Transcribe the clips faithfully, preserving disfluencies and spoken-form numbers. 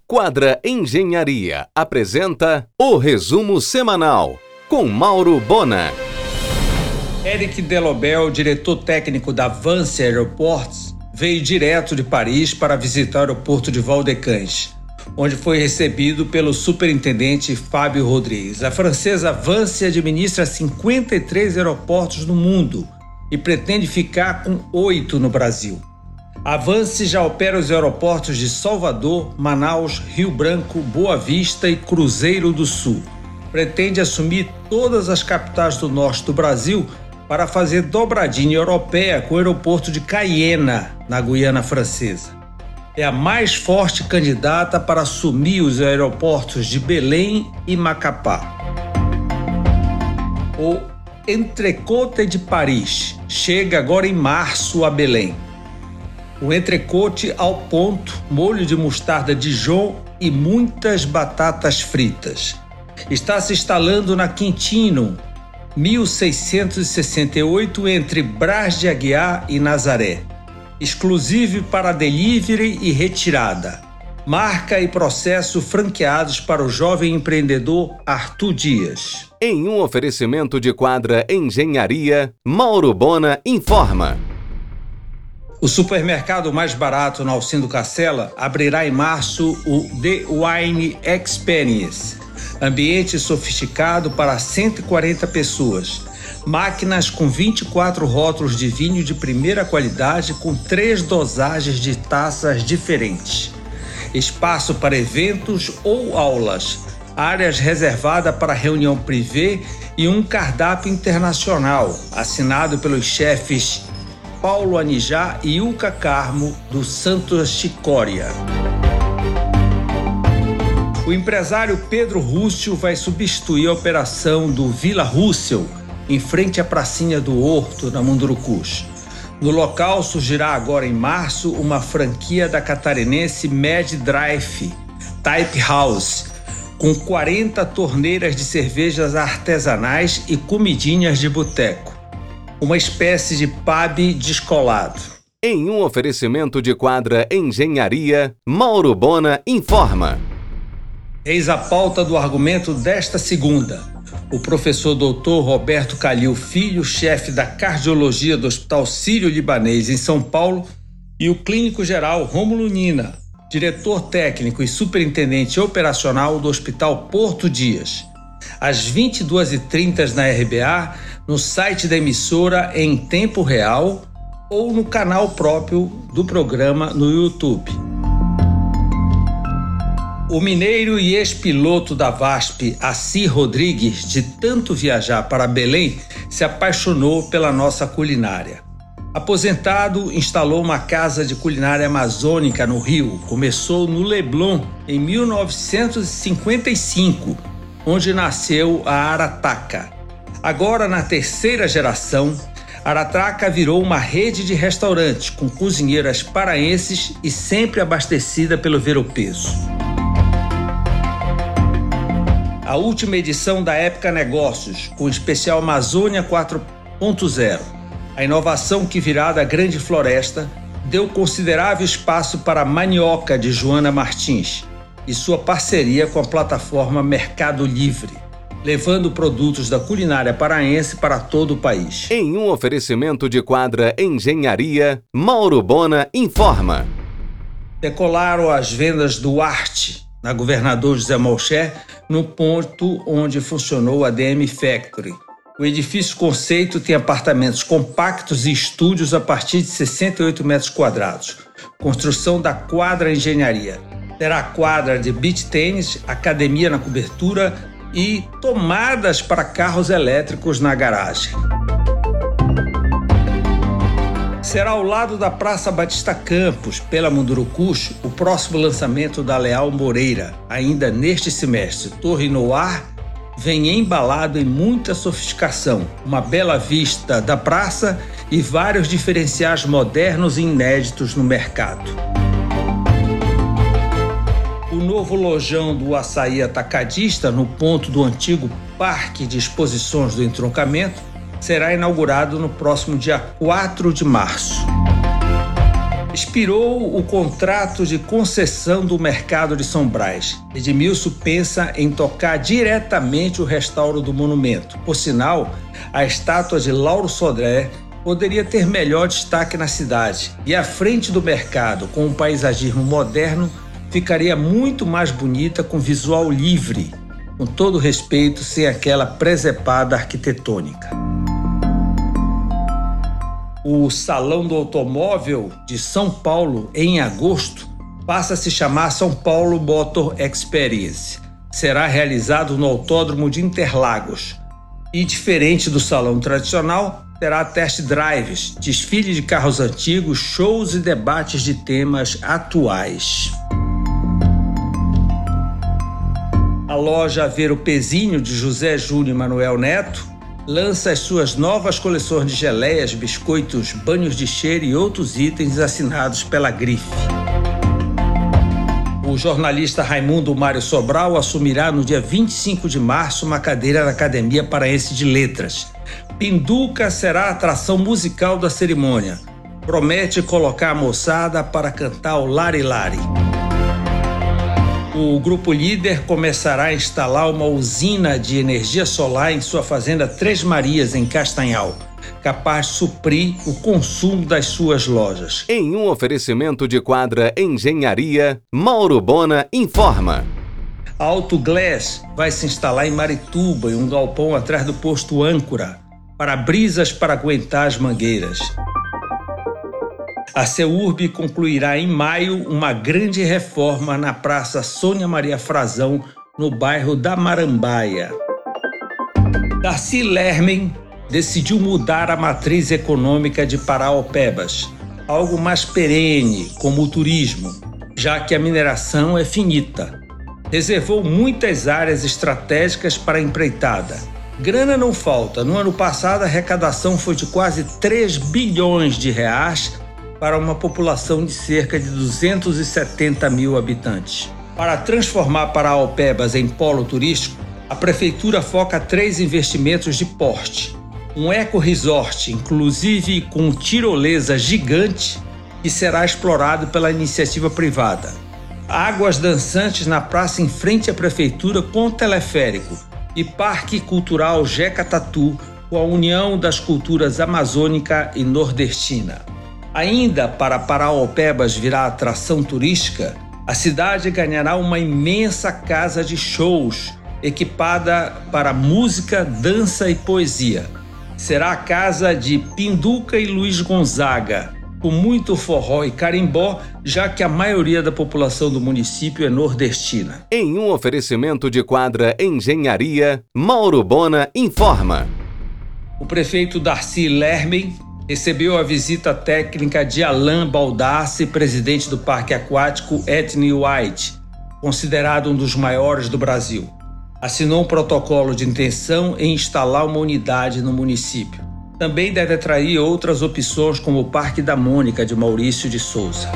Quadra Engenharia apresenta o resumo semanal com Mauro Bona. Éric Delobel, diretor técnico da Vinci Aeroports, veio direto de Paris para visitar o aeroporto de Val-de-Cães, onde foi recebido pelo superintendente Fábio Rodrigues. A francesa Vinci administra cinquenta e três aeroportos no mundo e pretende ficar com oito no Brasil. A Vinci já opera os aeroportos de Salvador, Manaus, Rio Branco, Boa Vista e Cruzeiro do Sul. Pretende assumir todas as capitais do norte do Brasil para fazer dobradinha europeia com o aeroporto de Cayena, na Guiana Francesa. É a mais forte candidata para assumir os aeroportos de Belém e Macapá. O Entrecôte de Paris chega agora em março a Belém. O entrecôte ao ponto, molho de mostarda Dijon e muitas batatas fritas. Está se instalando na Quintino, mil seiscentos e sessenta e oito, entre Brás de Aguiar e Nazaré. Exclusivo para delivery e retirada. Marca e processo franqueados para o jovem empreendedor Arthur Dias. Em um oferecimento de Quadra Engenharia, Mauro Bona informa. O supermercado mais barato na Alcindo Cacela abrirá em março o The Wine Experience, ambiente sofisticado para cento e quarenta pessoas, máquinas com vinte e quatro rótulos de vinho de primeira qualidade com três dosagens de taças diferentes, espaço para eventos ou aulas, áreas reservadas para reunião privê e um cardápio internacional, assinado pelos chefes Paulo Anijá e Ilka Carmo, do Santos Chicória. O empresário Pedro Rússio vai substituir a operação do Vila Russell, em frente à pracinha do Horto, na Mundurucus. No local surgirá agora em março uma franquia da catarinense Mad Drive Type House, com quarenta torneiras de cervejas artesanais e comidinhas de boteco. Uma espécie de pub descolado. Em um oferecimento de Quadra Engenharia, Mauro Bona informa. Eis a pauta do argumento desta segunda. O professor doutor Roberto Calil Filho, chefe da cardiologia do Hospital Sírio-Libanês em São Paulo, e o clínico geral Rômulo Nina, diretor técnico e superintendente operacional do Hospital Porto Dias. Às vinte e duas e trinta na R B A, no site da emissora em tempo real ou no canal próprio do programa no YouTube. O mineiro e ex-piloto da VASP, Assi Rodrigues, de tanto viajar para Belém, se apaixonou pela nossa culinária. Aposentado, instalou uma casa de culinária amazônica no Rio. Começou no Leblon em mil novecentos e cinquenta e cinco, onde nasceu a Arataca. Agora, na terceira geração, Arataca virou uma rede de restaurantes com cozinheiras paraenses e sempre abastecida pelo Ver-o-Peso. A última edição da Época Negócios, com o especial Amazônia quatro ponto zero. A inovação que virá da Grande Floresta deu considerável espaço para a Manioca de Joana Martins e sua parceria com a plataforma Mercado Livre, levando produtos da culinária paraense para todo o país. Em um oferecimento de Quadra Engenharia, Mauro Bona informa. Decolaram as vendas do Arte, na Governador José Malcher, no ponto onde funcionou a D M Factory. O edifício conceito tem apartamentos compactos e estúdios a partir de sessenta e oito metros quadrados. Construção da Quadra Engenharia. Terá quadra de beach tênis, academia na cobertura e tomadas para carros elétricos na garagem. Será ao lado da Praça Batista Campos, pela Mundurucus, o próximo lançamento da Leal Moreira, ainda neste semestre. Torre Noir vem embalado em muita sofisticação, uma bela vista da praça e vários diferenciais modernos e inéditos no mercado. O novo lojão do Açaí Atacadista, no ponto do antigo Parque de Exposições do Entroncamento, será inaugurado no próximo dia quatro de março. expirou o contrato de concessão do mercado de São Brás. Edmilson pensa em tocar diretamente o restauro do monumento. Por sinal, a estátua de Lauro Sodré poderia ter melhor destaque na cidade, e à frente do mercado, com um paisagismo moderno, ficaria muito mais bonita com visual livre, com todo respeito, sem aquela presepada arquitetônica. O Salão do Automóvel de São Paulo, em agosto, passa a se chamar São Paulo Motor Experience. Será realizado no Autódromo de Interlagos. E, diferente do salão tradicional, terá test drives, desfile de carros antigos, shows e debates de temas atuais. A loja Ver o Pezinho, de José Júnior e Manuel Neto, lança as suas novas coleções de geleias, biscoitos, banhos de cheiro e outros itens assinados pela Grife. O jornalista Raimundo Mário Sobral assumirá no dia vinte e cinco de março uma cadeira na Academia Paraense de Letras. Pinduca será a atração musical da cerimônia. Promete colocar a moçada para cantar o Lari Lari. O Grupo Líder começará a instalar uma usina de energia solar em sua fazenda Três Marias, em Castanhal, capaz de suprir o consumo das suas lojas. Em um oferecimento de Quadra Engenharia, Mauro Bona informa. A Autoglass vai se instalar em Marituba, em um galpão atrás do posto Âncora, para brisas para aguentar as mangueiras. A CEURB concluirá em maio uma grande reforma na Praça Sônia Maria Frazão, no bairro da Marambaia. Darcy Lermen decidiu mudar a matriz econômica de Paraopebas, algo mais perene, como o turismo, já que a mineração é finita. Reservou muitas áreas estratégicas para a empreitada. Grana não falta. No ano passado, a arrecadação foi de quase três bilhões de reais para uma população de cerca de duzentos e setenta mil habitantes. Para transformar Paraopebas em polo turístico, a Prefeitura foca três investimentos de porte. Um eco-resort, inclusive com tirolesa gigante, que será explorado pela iniciativa privada. Águas dançantes na praça em frente à Prefeitura com teleférico. E Parque Cultural Jeca Tatu, com a união das culturas amazônica e nordestina. Ainda para Paraopebas virar atração turística, a cidade ganhará uma imensa casa de shows, equipada para música, dança e poesia. Será a casa de Pinduca e Luiz Gonzaga, com muito forró e carimbó, já que a maioria da população do município é nordestina. Em um oferecimento de Quadra Engenharia, Mauro Bona informa. O prefeito Darcy Lermen recebeu a visita técnica de Alain Baldassi, presidente do Parque Aquático Etne White, considerado um dos maiores do Brasil. Assinou um protocolo de intenção em instalar uma unidade no município. Também deve atrair outras opções, como o Parque da Mônica, de Maurício de Souza.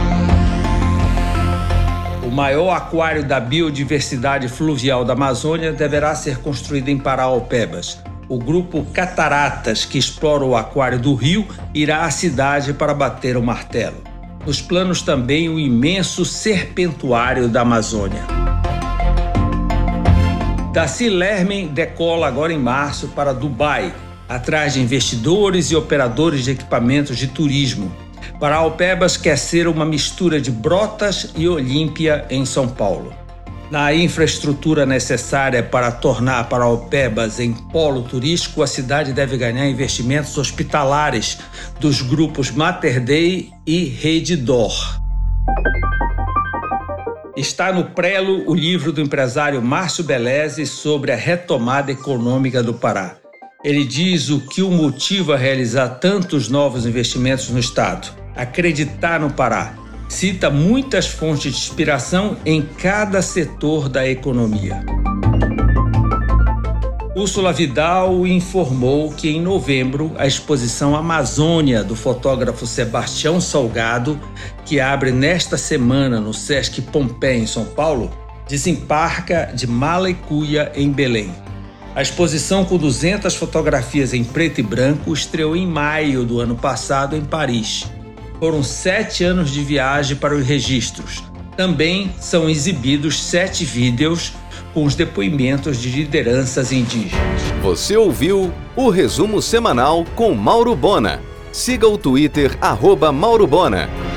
O maior aquário da biodiversidade fluvial da Amazônia deverá ser construído em Paraopebas. O grupo Cataratas, que explora o aquário do rio, irá à cidade para bater o martelo. Nos planos também o imenso serpentuário da Amazônia. Darcy Lermen decola agora em março para Dubai, atrás de investidores e operadores de equipamentos de turismo. Paraopebas quer ser uma mistura de Brotas e Olímpia em São Paulo. Na infraestrutura necessária para tornar Paraopebas em polo turístico, a cidade deve ganhar investimentos hospitalares dos grupos Mater Dei e Rede Dor. Está no prelo o livro do empresário Márcio Beleze sobre a retomada econômica do Pará. Ele diz o que o motiva a realizar tantos novos investimentos no estado: acreditar no Pará. Cita muitas fontes de inspiração em cada setor da economia. Úrsula Vidal informou que em novembro a exposição Amazônia do fotógrafo Sebastião Salgado, que abre nesta semana no Sesc Pompeia, em São Paulo, desembarca de Mala e Cuia, em Belém. A exposição, com duzentas fotografias em preto e branco, estreou em maio do ano passado em Paris. Foram sete anos de viagem para os registros. Também são exibidos sete vídeos com os depoimentos de lideranças indígenas. Você ouviu o Resumo Semanal com Mauro Bona. Siga o Twitter arroba Mauro Bona.